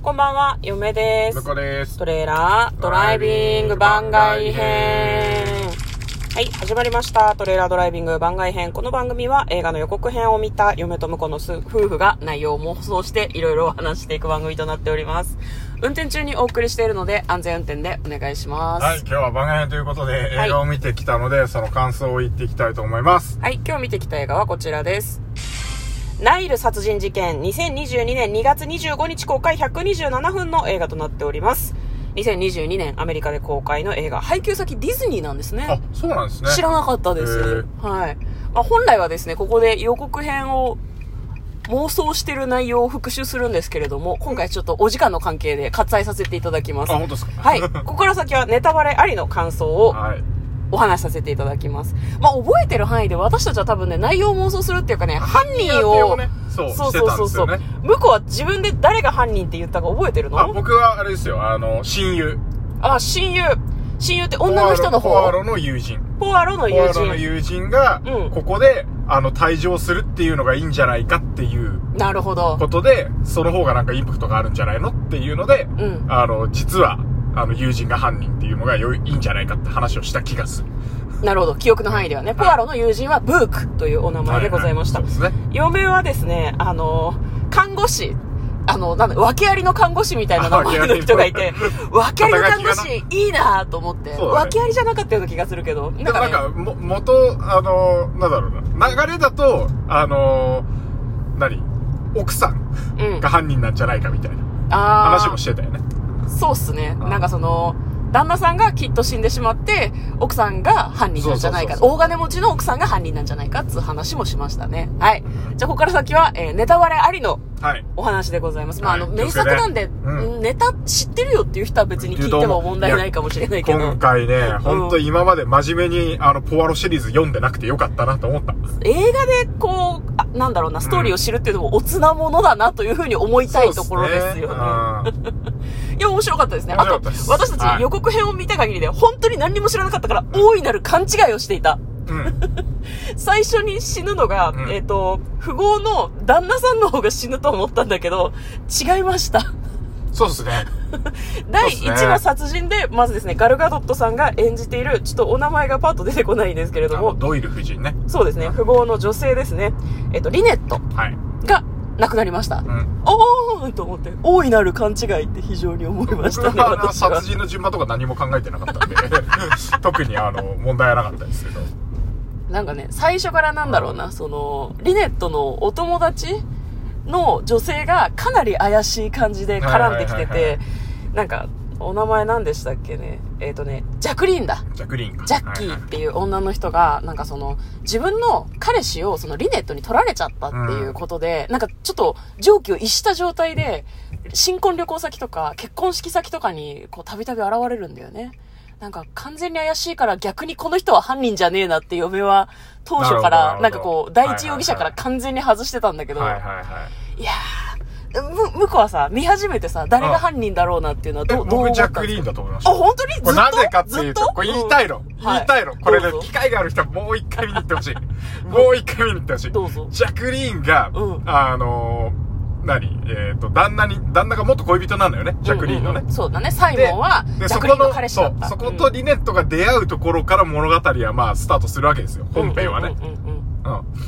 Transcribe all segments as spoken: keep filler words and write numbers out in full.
こんばんは、嫁です。 向こうです。 トレーラードライビング番外編。はい、始まりました。トレーラードライビング番外編。この番組は映画の予告編を見た嫁と婿の夫婦が内容を妄想していろいろお話していく番組となっております。運転中にお送りしているので安全運転でお願いします。 はい、今日は番外編ということで映画を見てきたので、はい、その感想を言っていきたいと思います。 はい、今日見てきた映画はこちらです。ナイル殺人事件、にせんにじゅうにねんにがつにじゅうごにち公開ひゃくにじゅうななふんの映画となっております。にせんにじゅうにねんアメリカで公開の映画、配給先ディズニーなんですね。 あ、そうなんですね。 知らなかったです。はい。まあ、本来はですね、ここで予告編を妄想してる内容を復習するんですけれども、今回ちょっとお時間の関係で割愛させていただきます。 あ、本当ですか。 はい。ここから先はネタバレありの感想を、はいお話しさせていただきます。まあ、覚えてる範囲で私たちは多分ね、内容を妄想するっていうかね、犯人を、 ね、そう、 そうそうそうそう、ね、向こうは自分で誰が犯人って言ったか覚えてるの？ あ、僕はあれですよ、あの、親友。 あ、親友。親友って女の人の方？ ポアロの友人。 ポアロの友人。 ポアロの友人が、うん、ここで、あの、退場するっていうのがいいんじゃないかっていう。 なるほど。 ことで、その方がなんかインパクトがあるんじゃないのっていうので、うん、あの、実は、あの、友人が犯人っていうのが良い、いいんじゃないかって話をした気がする。 なるほど。記憶の範囲ではね。ポアロの友人はブークというお名前でございました。はいはい、そうですね。嫁はですね、あの、看護師、あの、なんだ、訳ありの看護師みたいな名前の人がいて、訳ありの看護師いいなと思って、ね、訳ありじゃなかったような気がするけど。 なんか、ね、なんかも、元、あの、なんだろうな。流れだと、あの、何奥さんが犯人なんじゃないかみたいな話もしてたよね。 うん、そうっすね。なんかその、旦那さんがきっと死んでしまって、奥さんが犯人なんじゃないか。大金持ちの奥さんが犯人なんじゃないかっていう話もしましたね。はい。じゃあ、ここから先は、えー、ネタバレありのお話でございます。はい、まあ、あの、名作なんで、うん、ネタ知ってるよっていう人は別に聞いても問題ないかもしれないけど。 今回ね、本当今まで真面目に、あの、ポアロシリーズ読んでなくてよかったなと思った。 映画で、こう、あ、なんだろうな、ストーリーを知るっていうのも、おつなものだなというふうに思いたいところですよね。いや、面白かったですね。あと、私たち予告編を見た限りで、本当に何にも知らなかったから、大いなる勘違いをしていた。うん、最初に死ぬのが、うん、えっと、富豪の旦那さんの方が死ぬと思ったんだけど、違いました。 そうですね。 だいいちの殺人で、まずですね、ガルガドットさんが演じている、ちょっとお名前がパッと出てこないんですけれども。 ドイル夫人ね。 そうですね、富豪の女性ですね。えっと、リネットが亡くなりました。うん、おーと思って、大いなる勘違いって非常に思いましたね。 僕はあの殺人の順番とか何も考えてなかったんで、特にあの、問題はなかったですけど。 なんかね、最初からなんだろうな、その、リネットのお友達の女性がかなり怪しい感じで絡んできてて、なんか、お名前何でしたっけね。えっとね、ジャクリーンだ。 ジャクリーン。 ジャッキーっていう女の人が、なんかその、自分の彼氏をそのリネットに取られちゃったっていうことで、うん、なんかちょっと常軌を逸した状態で、新婚旅行先とか結婚式先とかに、こう、たびたび現れるんだよね。なんか完全に怪しいから逆にこの人は犯人じゃねえなって嫁は当初からなんかこう第一容疑者から完全に外してたんだけど、いやーむ向こうはさ見始めてさ誰が犯人だろうなっていうのはどうどう思ったんですか？ 僕ジャックリーンだと思いました。 あ本当にずっと？ これなぜかっていうとこれ言いたいの、うん、言いたいの、はい、これね機会がある人はもう一回見に行ってほしい。もう一回見に行ってほしい。 どうぞ。 ジャクリーンが、うん、あのー何えっ、ー、と、旦那に、旦那が元恋人なんだよね。ジャクリーンのね、 うんうんうん。そうだね。サイモンは、ジャクリーンの彼氏だった。 そう、そことリネットが出会うところから物語はまあ、スタートするわけですよ。本編はね。うん。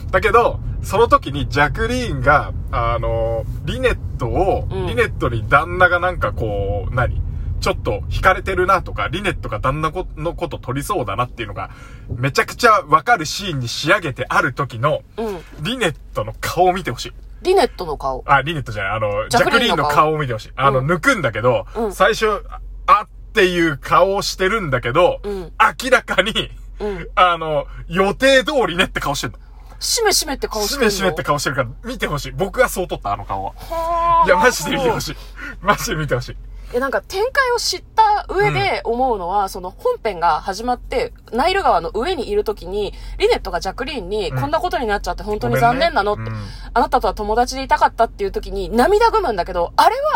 だけど、その時にジャクリーンが、あの、リネットを、うん、リネットに旦那がなんかこう、何ちょっと惹かれてるなとか、リネットが旦那のこと取りそうだなっていうのが、めちゃくちゃわかるシーンに仕上げてある時の、うん、リネットの顔を見てほしい。 リネットの顔。 あ、リネットじゃない。あの、ジャクリーンの顔を見てほしい。あの、うん、抜くんだけど、うん、最初、あっていう顔をしてるんだけど、うん、明らかに、うん、あの、予定通りねって顔してるの。 しめしめって顔してるの。 しめしめって顔してるから、見てほしい。僕がそう撮った、あの顔は。いや、マジで見てほしい。マジで見てほしい。 え、なんか展開を知った上で思うのは、うん、その本編が始まって、ナイル川の上にいるときに、リネットがジャクリーンに、こんなことになっちゃって本当に残念なのって、ねうん、あなたとは友達でいたかったっていうときに涙ぐむんだけど、あれは、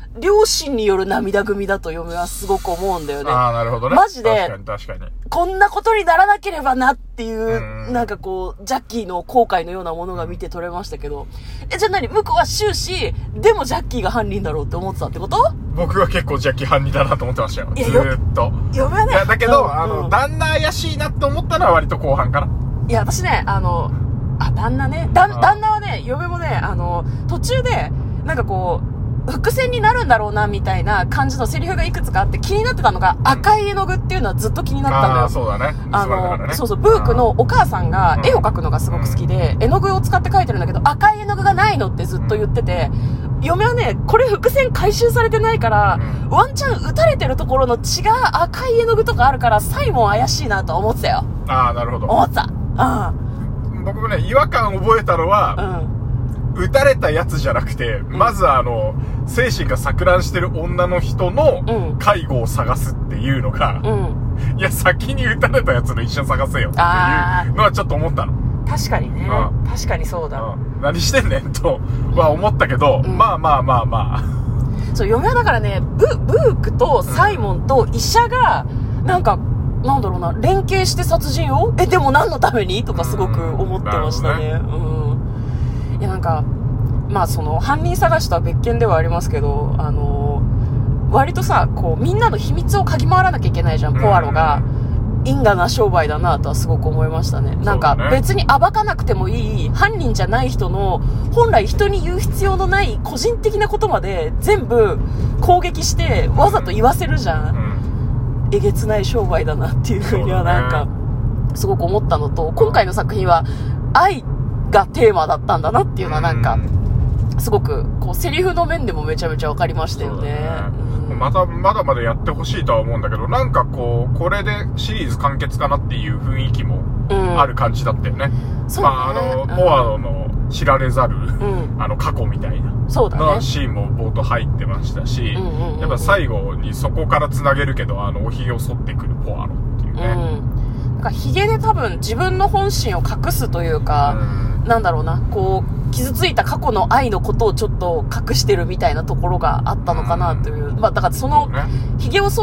両親による涙ぐみだと嫁はすごく思うんだよね。 ああ、なるほどね。 マジで、 確かに確かに。 こんなことにならなければなっていう、 うん、 なんかこう、ジャッキーの後悔のようなものが見て取れましたけど、え、じゃあ何向こうは終始、でもジャッキーが犯人だろうって思ってたってこと？ 僕は結構ジャッキー犯人だなと思ってましたよ。ずーっと。 嫁はね。 いや、だけど、 うん、 あの、 うん、 旦那怪しいなって思ったのは割と後半かな。 いや、私ね、あの、あ、旦那ね。だ、旦那はね、嫁もね、あの、途中で、なんかこう、伏線になるんだろうな、みたいな感じのセリフがいくつかあって気になってたのが、うん、赤い絵の具っていうのはずっと気になったんだよ。 ああ、そうだね。 あの、ね、そうそう、ブークのお母さんが絵を描くのがすごく好きで、うん、絵の具を使って描いてるんだけど、赤い絵の具がないのってずっと言ってて、うん、嫁はね、これ伏線回収されてないから、うん、ワンチャン撃たれてるところの血が赤い絵の具とかあるから、サイモン怪しいなと思ってたよ。 ああ、なるほど。 思ってた。うん。 僕もね、違和感覚えたのは、うん、撃たれたやつじゃなくて、うん、まずあの、精神が錯乱してる女の人の介護を探すっていうのが、うん、いや、先に撃たれたやつの医者探せよっていうのはちょっと思ったの。 確かにね。うん、確かにそうだ。 うん、何してんねんとは思ったけど、うん、まあまあまあまあ。 そう、嫁はだからね、ブ、ブークとサイモンと医者が、なんか、なんだろうな、連携して殺人をえ、でも何のためにとかすごく思ってましたね。うん。うん、いや、なんか、まあその、犯人探しとは別件ではありますけど、あのー、割とさ、こう、みんなの秘密を嗅ぎ回らなきゃいけないじゃん、ポアロが。因果な商売だなとはすごく思いましたね。なんか別に暴かなくてもいい犯人じゃない人の本来人に言う必要のない個人的なことまで全部攻撃してわざと言わせるじゃん。うん、えげつない商売だなっていうふうにはなんかすごく思ったのと、今回の作品は愛がテーマだったんだなっていうのはなんかすごくこうセリフの面でもめちゃめちゃわかりましたよね。 また、まだまだやってほしいとは思うんだけど、なんかこう、これでシリーズ完結かなっていう雰囲気もある感じだったよね。うん、まあ、あの、ポアロの知られざる、うん、あの、過去みたいな、 そうだね。 のシーンも冒頭入ってましたし、やっぱ最後にそこから繋げるけど、あの、おひげを剃ってくるポアロっていうね。うん、 なんか、ひげで多分自分の本心を隠すというか、うん、なんだろうな、こう、傷ついた過去の愛のことをちょっと隠してるみたいなところがあったのかなという。うん、まあだからその、髭を剃って、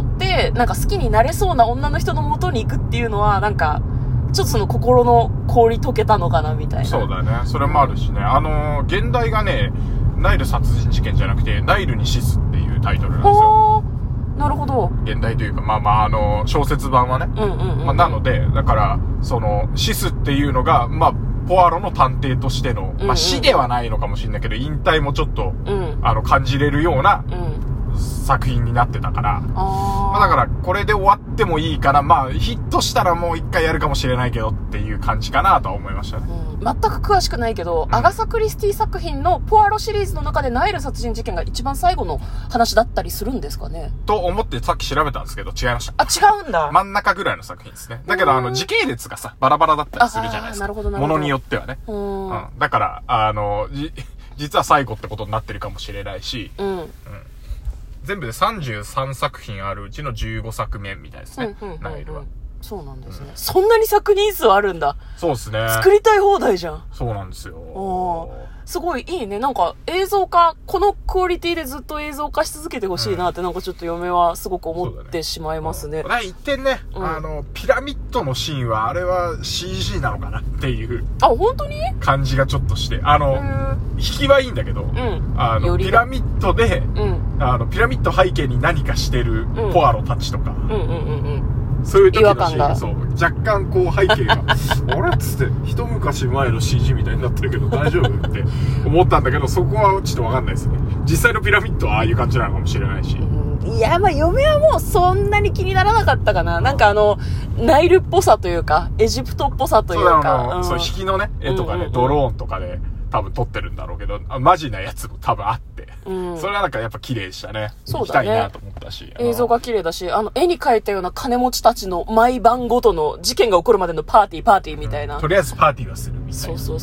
なんか好きになれそうな女の人の元に行くっていうのは、なんか、ちょっとその心の氷溶けたのかなみたいな。 そうだね。それもあるしね。あのー、現代がね、ナイル殺人事件じゃなくて、ナイルに死すっていうタイトルなんですよ。 なるほど。 現代というか、まあまあ、あのー、小説版はね。 うんうんうんうん、 まあ、なので、だから、その、死すっていうのが、まあ、ポアロの探偵としての、まあ、死ではないのかもしれないけど、引退もちょっと、うん、あの、感じれるような、うん、作品になってたから。あまあ、だから、これで終わってもいいから、まあ、ヒットしたらもう一回やるかもしれないけどっていう感じかなとは思いましたね。 うん、全く詳しくないけど、うん、アガサ・クリスティ作品のポアロシリーズの中でナイル殺人事件が一番最後の話だったりするんですかねと思ってさっき調べたんですけど、違いました。 あ、違うんだ。 真ん中ぐらいの作品ですね。だけど、あの、時系列がさ、バラバラだったりするじゃないですか。 なるほど、なるほど。 ものによってはね。うん。うん、だから、あの、じ、実は最後ってことになってるかもしれないし、うん。うん、全部でさんじゅうさんさく品あるうちのじゅうごさくめみたいですね。うんうんうんうん、ナイルは。 そうなんですね、うん。そんなに作品数あるんだ。 そうですね。 作りたい放題じゃん。 そうなんですよ。 すごいいいね。なんか映像化、このクオリティでずっと映像化し続けてほしいなって、うん、なんかちょっと嫁はすごく思ってしまいますね。 ね、一点ね、うん、あの、ピラミッドのシーンは、あれは シージー なのかなっていう。 あ、本当に？ 感じがちょっとして。あの、引きはいいんだけど、うん、あの、ピラミッドで、うん、あの、ピラミッド背景に何かしてるポアロたちとか、うんうんうんうんそういう時のシーン、そう、若干こう背景が、あれっつって、一昔前の シージー みたいになってるけど大丈夫って思ったんだけど、そこはちょっとわかんないですね。実際のピラミッドはああいう感じなのかもしれないし。 うん、いや、まあ嫁はもうそんなに気にならなかったかな。なんかあの、ナイルっぽさというか、エジプトっぽさというか。 そう、あの、うん、そう、引きのね、絵とかね、うんうんうん、ドローンとかで多分撮ってるんだろうけど、マジなやつも多分あって。うん、それはなんかやっぱ綺麗でしたね。そうだね。行きたいなと思ったし。 映像が綺麗だし、あの、絵に描いたような金持ちたちの毎晩ごとの事件が起こるまでのパーティーパーティーみたいな。 うん、とりあえずパーティーはするみたいな。 そうそうそう。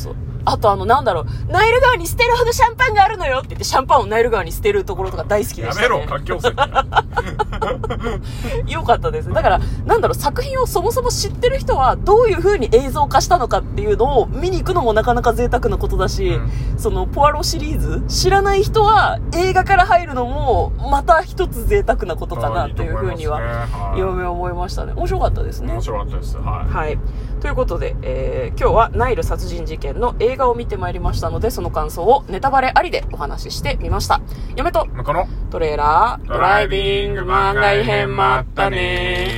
あとあの、なんだろう、ナイル川に捨てるほどシャンパンがあるのよって言って、シャンパンをナイル川に捨てるところとか大好きでしたね。 やめろ、環境汚染。 よかったですね。だから、なんだろう、作品をそもそも知ってる人は、どういう風に映像化したのかっていうのを見に行くのもなかなか贅沢なことだし、うん、その、ポアロシリーズ、知らない人は映画から入るのも、また一つ贅沢なことかなという風には、嫁思いましたね。面白かったですね。 面白かったです。はい。 はい。ということで、えー、今日はナイル殺人事件の映画を見てまいりましたので、その感想をネタバレありでお話ししてみました。嫁とこのトレーラードライビング番外編もあったね。